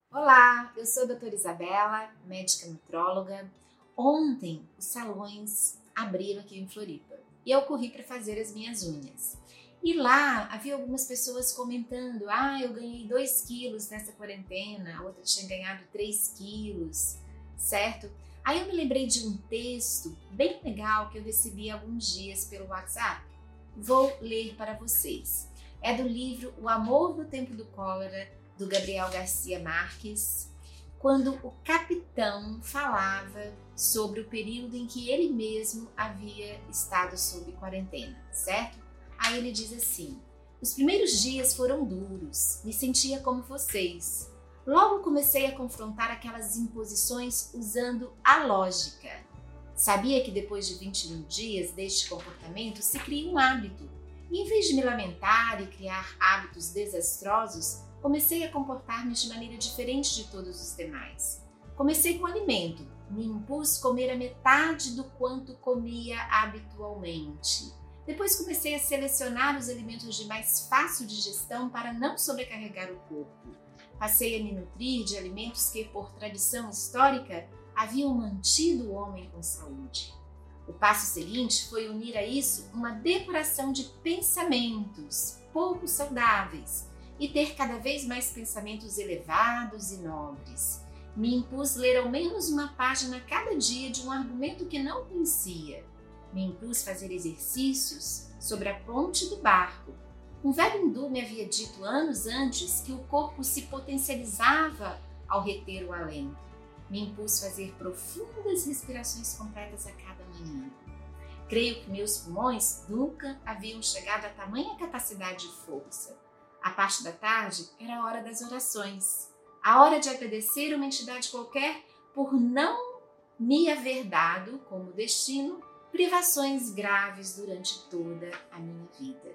Olá, eu sou a doutora Isabela, médica nutróloga. Ontem os salões abriram aqui em Floripa e eu corri para fazer as minhas unhas. E lá havia algumas pessoas comentando: eu ganhei 2 quilos nessa quarentena, a outra tinha ganhado 3 quilos, certo? Aí eu me lembrei de um texto bem legal que eu recebi há alguns dias pelo WhatsApp. Vou ler para vocês. É do livro O Amor no Tempo do Cólera, do Gabriel Garcia Marques, quando o capitão falava sobre o período em que ele mesmo havia estado sob quarentena, certo? Aí ele diz assim: os primeiros dias foram duros, me sentia como vocês. Logo comecei a confrontar aquelas imposições usando a lógica. Sabia que depois de 21 dias deste comportamento se cria um hábito. E em vez de me lamentar e criar hábitos desastrosos, comecei a comportar-me de maneira diferente de todos os demais. Comecei com alimento, me impus comer a metade do quanto comia habitualmente. Depois comecei a selecionar os alimentos de mais fácil digestão para não sobrecarregar o corpo. Passei a me nutrir de alimentos que, por tradição histórica, haviam mantido o homem com saúde. O passo seguinte foi unir a isso uma depuração de pensamentos pouco saudáveis e ter cada vez mais pensamentos elevados e nobres. Me impus ler ao menos uma página cada dia de um argumento que não conhecia. Me impus fazer exercícios sobre a ponte do barco. Um velho hindu me havia dito anos antes que o corpo se potencializava ao reter o alento. Me impus fazer profundas respirações completas a cada manhã. Creio que meus pulmões nunca haviam chegado a tamanha capacidade de força. A parte da tarde era a hora das orações, a hora de agradecer uma entidade qualquer por não me haver dado, como destino, privações graves durante toda a minha vida.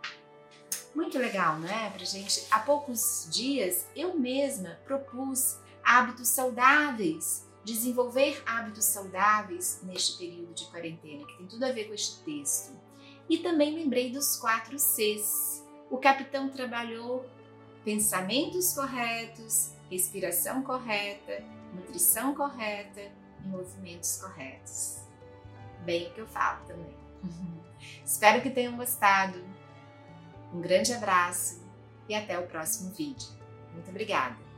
Muito legal, né? Pra gente, há poucos dias eu mesma propus hábitos saudáveis, desenvolver hábitos saudáveis neste período de quarentena, que tem tudo a ver com este texto. E também lembrei dos 4 Cs. O capitão trabalhou pensamentos corretos, respiração correta, nutrição correta e movimentos corretos. Bem o que eu falo também. Espero que tenham gostado. Um grande abraço e até o próximo vídeo. Muito obrigada!